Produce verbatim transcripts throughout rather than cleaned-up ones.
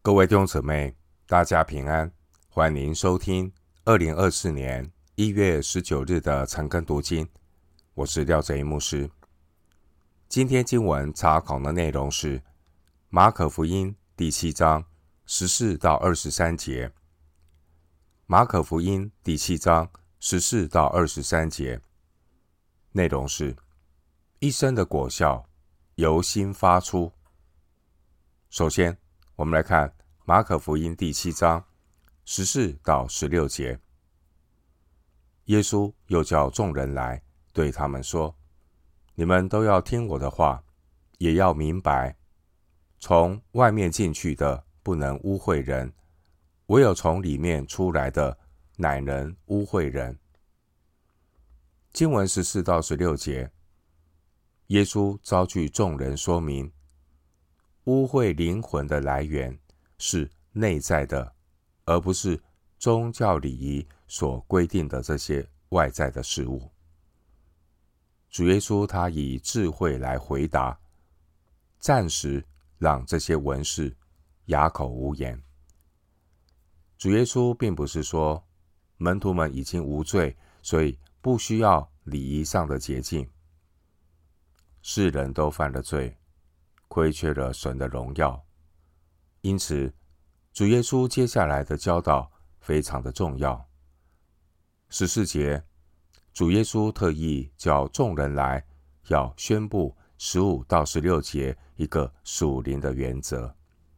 各位弟兄姊妹，大家平安，欢迎收听二零二四年一月十九日的晨更读经。我是廖哲一牧师。今天经文查考的内容是马可福音第七章十四到二十三节。马可福音第七章十四到二十三节，内容是一生的果效由心发出。首先，我们来看马可福音第七章十四到十六节。耶稣又叫众人来，对他们说：你们都要听我的话，也要明白，从外面进去的不能污秽人，唯有从里面出来的乃能污秽人。经文十四到十六节，耶稣招聚众人说明，污秽灵魂的来源是内在的，而不是宗教礼仪所规定的这些外在的事物。主耶稣他以智慧来回答，暂时让这些文士哑口无言。主耶稣并不是说门徒们已经无罪，所以不需要礼仪上的洁净。世人都犯了罪，亏缺了神的荣耀，因此主耶稣接下来的教导非常的重要。十四节，主耶稣特意叫众人来，要宣布十五到十六节一个属灵的原则。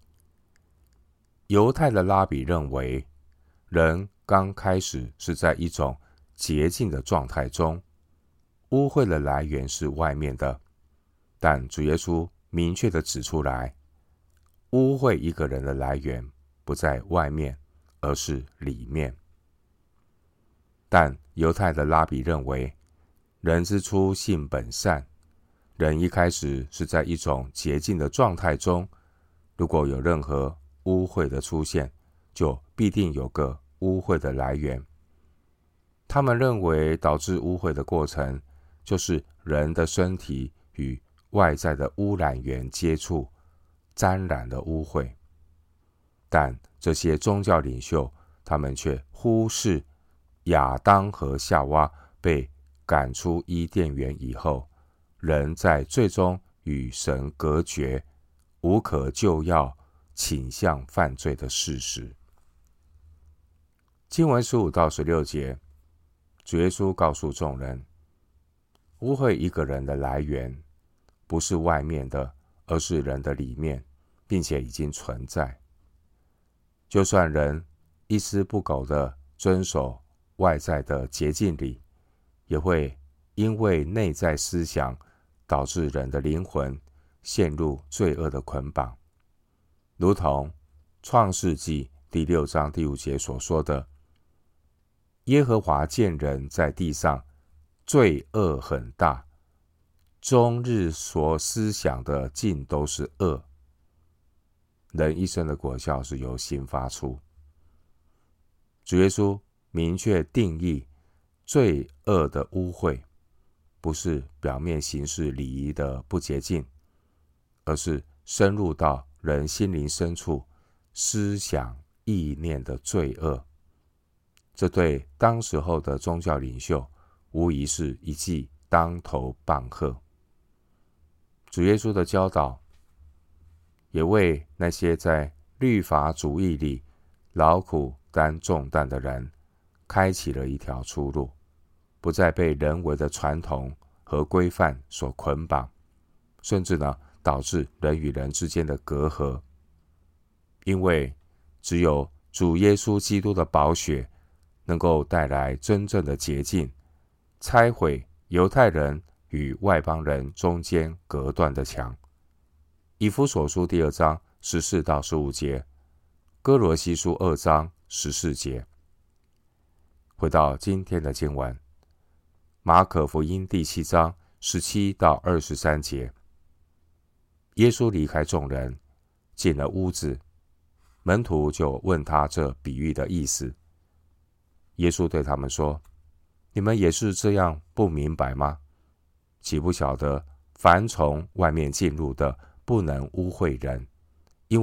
犹太的拉比认为，人刚开始是在一种洁净的状态中，污秽的来源是外面的，但主耶稣明确地指出来，污秽一个人的来源不在外面，而是里面。但犹太的拉比认为，人之初性本善，人一开始是在一种洁净的状态中，如果有任何污秽的出现，就必定有个污秽的来源。他们认为导致污秽的过程，就是人的身体与外在的污染源接触，沾染了污秽。但这些宗教领袖，他们却忽视亚当和夏娃被赶出伊甸园以后，人在最终与神隔绝，无可救药，倾向犯罪的事实。经文十五到十六节，主耶稣告诉众人，污秽一个人的来源不是外面的，而是人的里面，并且已经存在。就算人一丝不苟地遵守外在的洁净礼，也会因为内在思想导致人的灵魂陷入罪恶的捆绑，如同创世纪第六章第五节所说的，耶和华见人在地上罪恶很大，终日所思想的尽都是恶。人一生的果效是由心发出。主耶稣明确定义罪恶的污秽，不是表面形式礼仪的不洁净，而是深入到人心灵深处思想意念的罪恶。这对当时候的宗教领袖无疑是一记当头棒喝。主耶稣的教导也为那些在律法主义里劳苦担重担的人开启了一条出路，不再被人为的传统和规范所捆绑，甚至呢导致人与人之间的隔阂。因为只有主耶稣基督的宝血能够带来真正的洁净，拆毁犹太人与外邦人中间隔断的墙。以弗所书第二章十四到十五节，哥罗西书二章十四节。回到今天的经文，马可福音第七章十七到二十三节。耶稣离开众人，进了屋子，门徒就问他这比喻的意思。耶稣对他们说：你们也是这样不明白吗？岂不晓得凡从外面进入的，不能污秽人，因为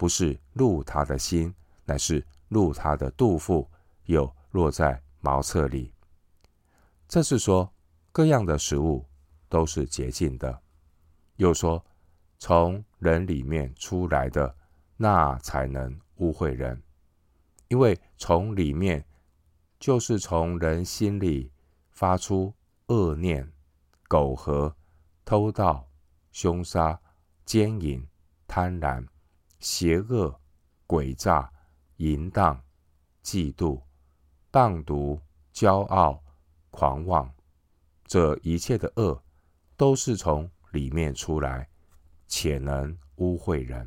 不是入他的心，乃是入他的肚腹，又落在茅厕里。这是说各样的食物都是洁净的。又说从人里面出来的，那才能污秽人。因为从里面，就是从人心里发出恶念、苟合、偷盗、凶杀、奸淫、贪婪、邪恶、诡诈、淫荡、嫉妒、谤毒、骄傲、狂妄，这一切的恶，都是从里面出来，且能污秽人。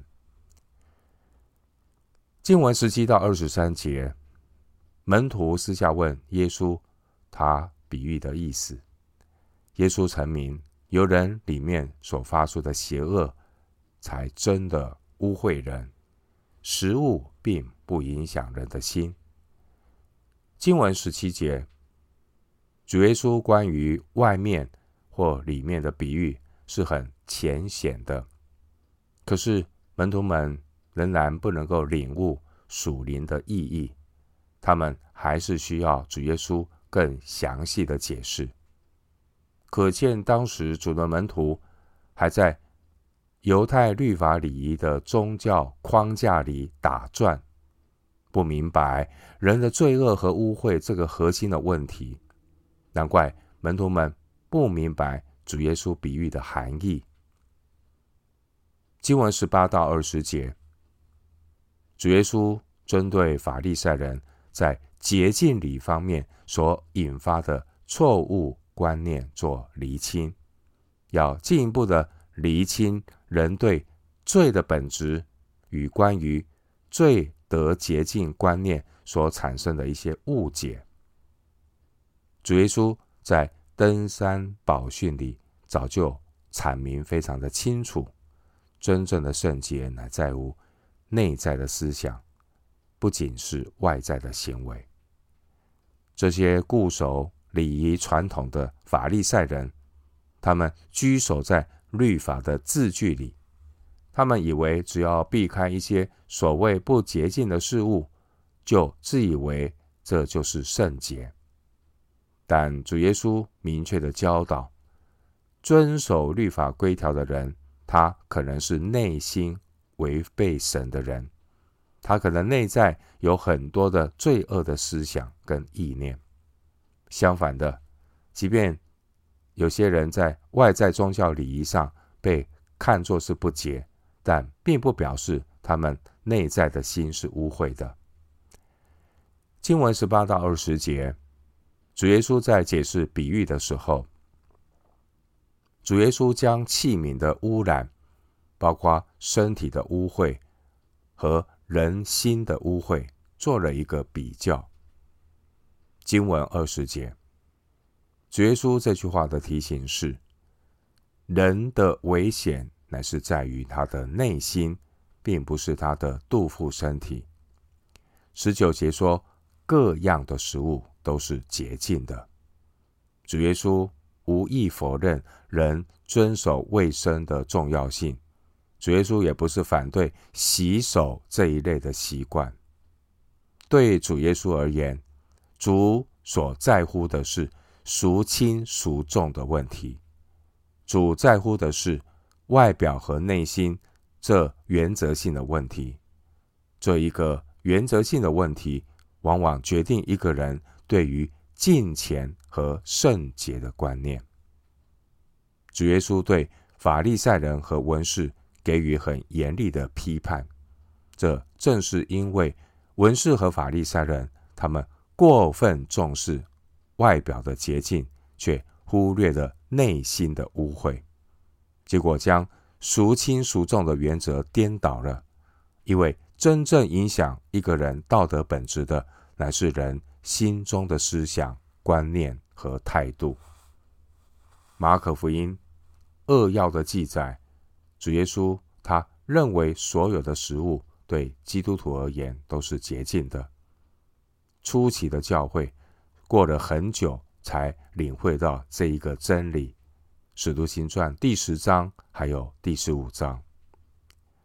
经文十七到二十三节，门徒私下问耶稣他比喻的意思。耶稣阐明，由人里面所发出的邪恶，才真的污秽人。食物并不影响人的心。经文十七节，主耶稣关于外面或里面的比喻是很浅显的，可是门徒们仍然不能够领悟属灵的意义，他们还是需要主耶稣更详细的解释。可见当时主的门徒还在犹太律法礼仪的宗教框架里打转，不明白人的罪恶和污秽这个核心的问题。难怪门徒们不明白主耶稣比喻的含义。经文十八到二十节，主耶稣针对法利赛人在洁净礼方面所引发的错误观念做厘清，要进一步的厘清人对罪的本质与关于罪得洁净观念所产生的一些误解。主耶稣在登山宝训里早就阐明非常的清楚，真正的圣洁乃在乎内在的思想，不仅是外在的行为。这些固守礼仪传统的法利赛人，他们居守在律法的字句里，他们以为只要避开一些所谓不洁净的事物，就自以为这就是圣洁。但主耶稣明确的教导，遵守律法规条的人，他可能是内心违背神的人，他可能内在有很多的罪恶的思想跟意念。相反的，即便有些人在外在宗教礼仪上被看作是不洁，但并不表示他们内在的心是污秽的。经文十八到二十节，主耶稣在解释比喻的时候，主耶稣将器皿的污染，包括身体的污秽和人心的污秽，做了一个比较。经文二十节，主耶稣这句话的提醒是，人的危险乃是在于他的内心，并不是他的肚腹身体。十九节说，各样的食物都是洁净的。主耶稣无意否认人遵守卫生的重要性，主耶稣也不是反对洗手这一类的习惯。对主耶稣而言，主所在乎的是孰轻孰重的问题，主在乎的是外表和内心这原则性的问题。这一个原则性的问题，往往决定一个人对于敬虔和圣洁的观念。主耶稣对法利赛人和文士给予很严厉的批判，这正是因为文士和法利赛人他们过分重视外表的洁净，却忽略了内心的污秽，结果将孰轻孰重的原则颠倒了。因为真正影响一个人道德本质的，乃是人心中的思想、观念和态度。马可福音扼要的记载，主耶稣他认为所有的食物对基督徒而言都是洁净的。初期的教会过了很久才领会到这一个真理，使徒行传第十章还有第十五章。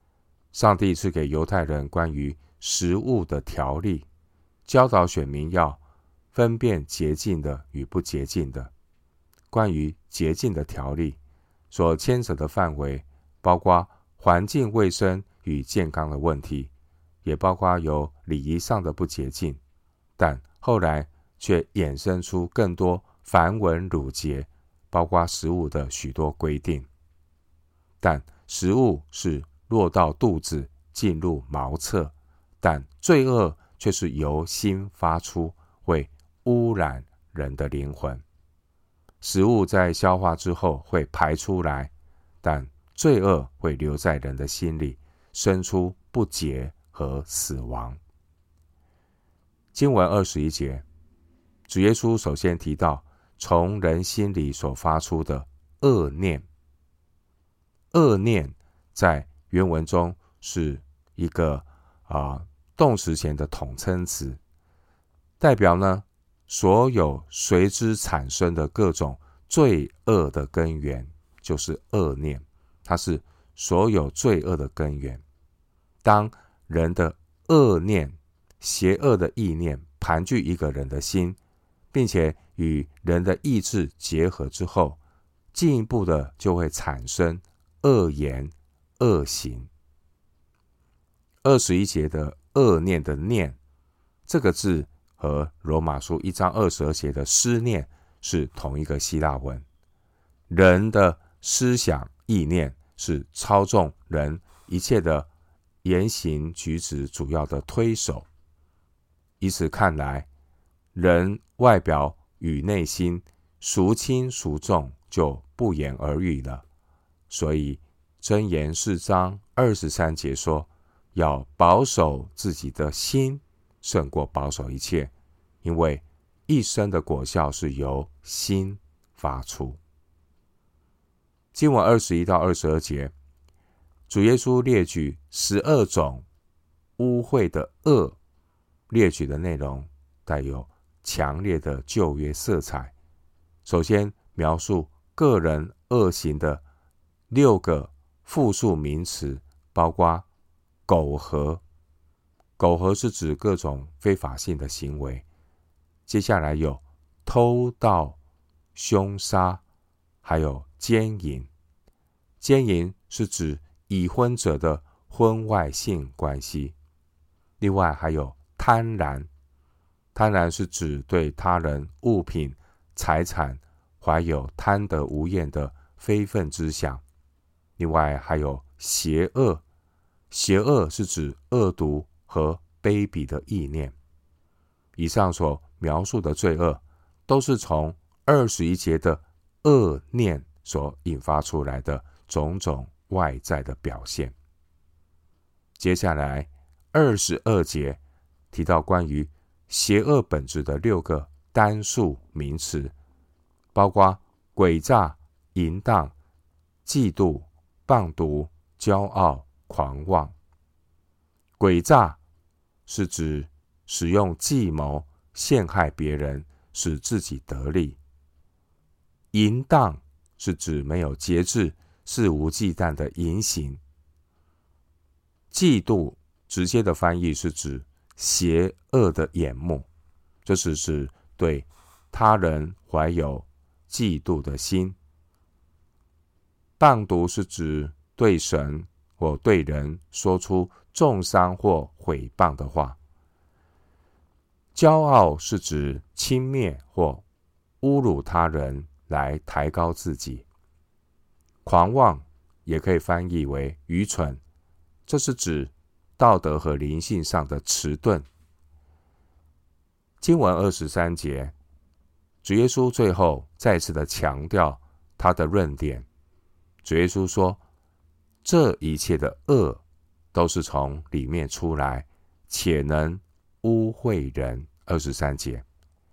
上帝赐给犹太人关于食物的条例，教导选民要分辨洁净的与不洁净的。关于洁净的条例所牵扯的范围，包括环境卫生与健康的问题，也包括有礼仪上的不洁净，但后来却衍生出更多繁文缛节，包括食物的许多规定。但食物是落到肚子，进入茅厕，但罪恶却是由心发出，会污染人的灵魂。食物在消化之后会排出来，但罪恶会留在人的心里，生出不洁和死亡。经文二十一节，主耶稣首先提到从人心里所发出的恶念。恶念在原文中是一个啊、呃、动词前的统称词，代表呢所有随之产生的各种罪恶的根源，就是恶念，它是所有罪恶的根源。当人的恶念、邪恶的意念盘踞一个人的心，并且与人的意志结合之后，进一步的就会产生恶言、恶行。二十一节的恶念的念，这个字和罗马书一章二十二节的思念是同一个希腊文。人的思想意念是操纵人一切的言行举止主要的推手。以此看来，人外表与内心孰轻孰重就不言而喻了。所以箴言四章二十三节说，要保守自己的心胜过保守一切，因为一生的果效是由心发出。经文二十一到二十二节，主耶稣列举十二种污秽的恶，列举的内容带有强烈的旧约色彩。首先描述个人恶行的六个复数名词，包括苟合。苟合是指各种非法性的行为。接下来有偷盗、凶杀，还有奸淫。奸淫是指已婚者的婚外性关系。另外还有贪婪，贪婪是指对他人物品、财产怀有贪得无厌的非分之想。另外还有邪恶，邪恶是指恶毒和卑鄙的意念。以上所描述的罪恶，都是从二十一节的恶念所引发出来的种种外在的表现。接下来二十二节提到关于邪恶本质的六个单数名词，包括诡诈、淫荡、嫉妒、谤毒、骄傲、狂妄。诡诈是指使用计谋陷害别人，使自己得利。淫荡是指没有节制、肆无忌惮的淫行。嫉妒直接的翻译是指邪恶的眼目，这是指对他人怀有嫉妒的心。谤毒是指对神或对人说出重伤或毁谤的话。骄傲是指轻蔑或侮辱他人来抬高自己。狂妄也可以翻译为愚蠢，这是指道德和灵性上的迟钝。经文二十三节，主耶稣最后再次的强调他的论点。主耶稣说，这一切的恶都是从里面出来，且能污秽人。二十三节，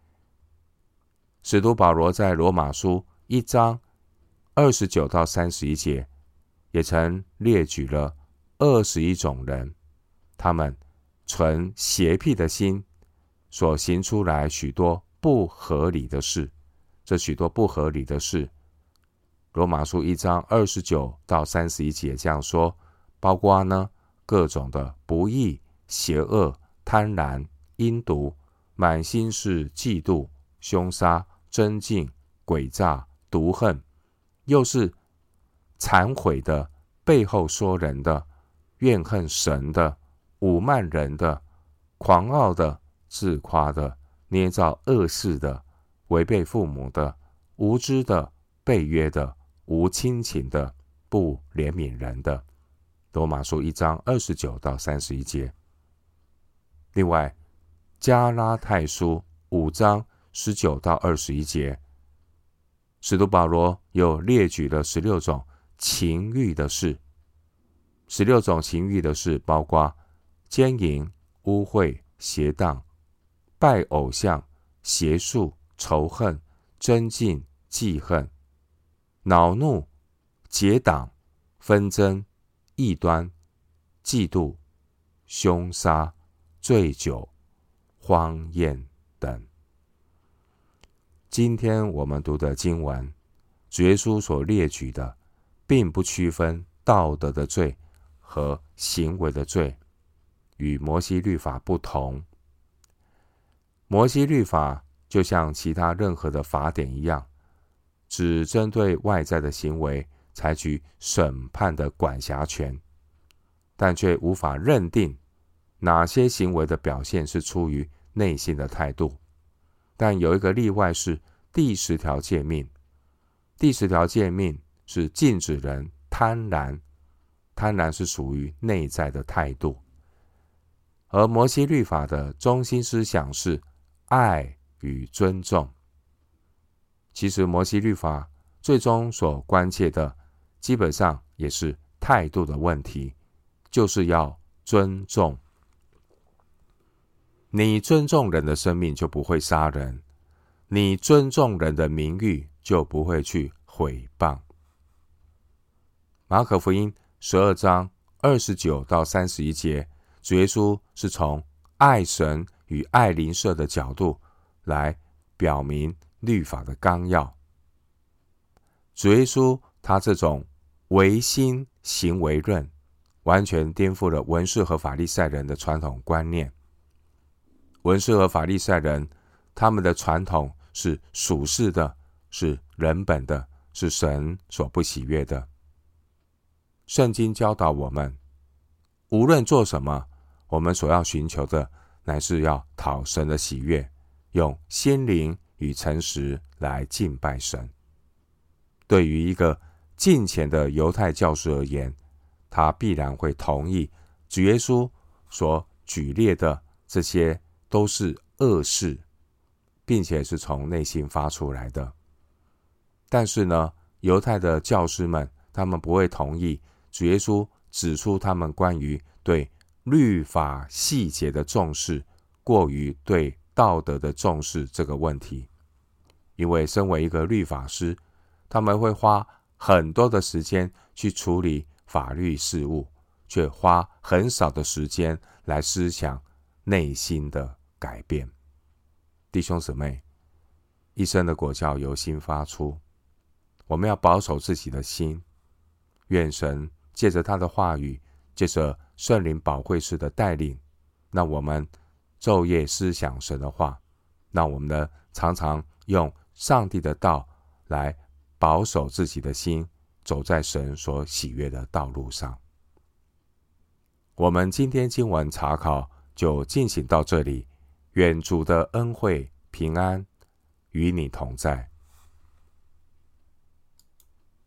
使徒保罗在罗马书一章二十九到三十一节，也曾列举了二十一种人，他们存邪僻的心，所行出来许多不合理的事。这许多不合理的事，罗马书一章二十九到三十一节这样说，包括呢各种的不义、邪恶、贪婪、阴毒，满心是嫉妒、凶杀、争竞、诡诈、毒恨，又是残毁的、背后说人的、怨恨神的、侮慢人的、狂傲的、自夸的、捏造恶事的、违背父母的、无知的、背约的、无亲情的、不怜悯人的。罗马书一章二十九到三十一节。另外，加拉太书五章十九到二十一节，使徒保罗又列举了十六种情欲的事。十六种情欲的事包括奸淫、污秽、邪荡、拜偶像、邪术、仇恨、争竞、记恨、恼怒、结党、纷争、异端、嫉妒、凶杀、醉酒、荒宴等。今天我们读的经文，主耶稣所列举的，并不区分道德的罪和行为的罪，与摩西律法不同。摩西律法就像其他任何的法典一样，只针对外在的行为采取审判的管辖权，但却无法认定哪些行为的表现是出于内心的态度。但有一个例外，是第十条诫命。第十条诫命是禁止人贪婪，贪婪是属于内在的态度。而摩西律法的中心思想是爱与尊重。其实摩西律法最终所关切的，基本上也是态度的问题，就是要尊重。你尊重人的生命，就不会杀人；你尊重人的名誉，就不会去毁谤。马可福音十二章二十九到三十一节，主耶稣是从爱神与爱邻舍的角度来表明律法的纲要。主耶稣他这种唯心行为论，完全颠覆了文士和法利赛人的传统观念。文士和法利赛人，他们的传统是属世的，是人本的，是神所不喜悦的。圣经教导我们，无论做什么，我们所要寻求的，乃是要讨神的喜悦，用心灵与诚实来敬拜神。对于一个敬虔的犹太教士而言，他必然会同意主耶稣所举列的这些都是恶事，并且是从内心发出来的。但是呢，犹太的教师们，他们不会同意主耶稣指出他们关于对律法细节的重视，过于对道德的重视这个问题。因为身为一个律法师，他们会花很多的时间去处理法律事务，却花很少的时间来思想内心的改变。弟兄姊妹，一生的果效由心发出，我们要保守自己的心。愿神借着他的话语，借着圣灵保惠师的带领，让我们昼夜思想神的话，让我们呢常常用上帝的道来保守自己的心，走在神所喜悦的道路上。我们今天经文查考就进行到这里，愿主的恩惠平安与你同在。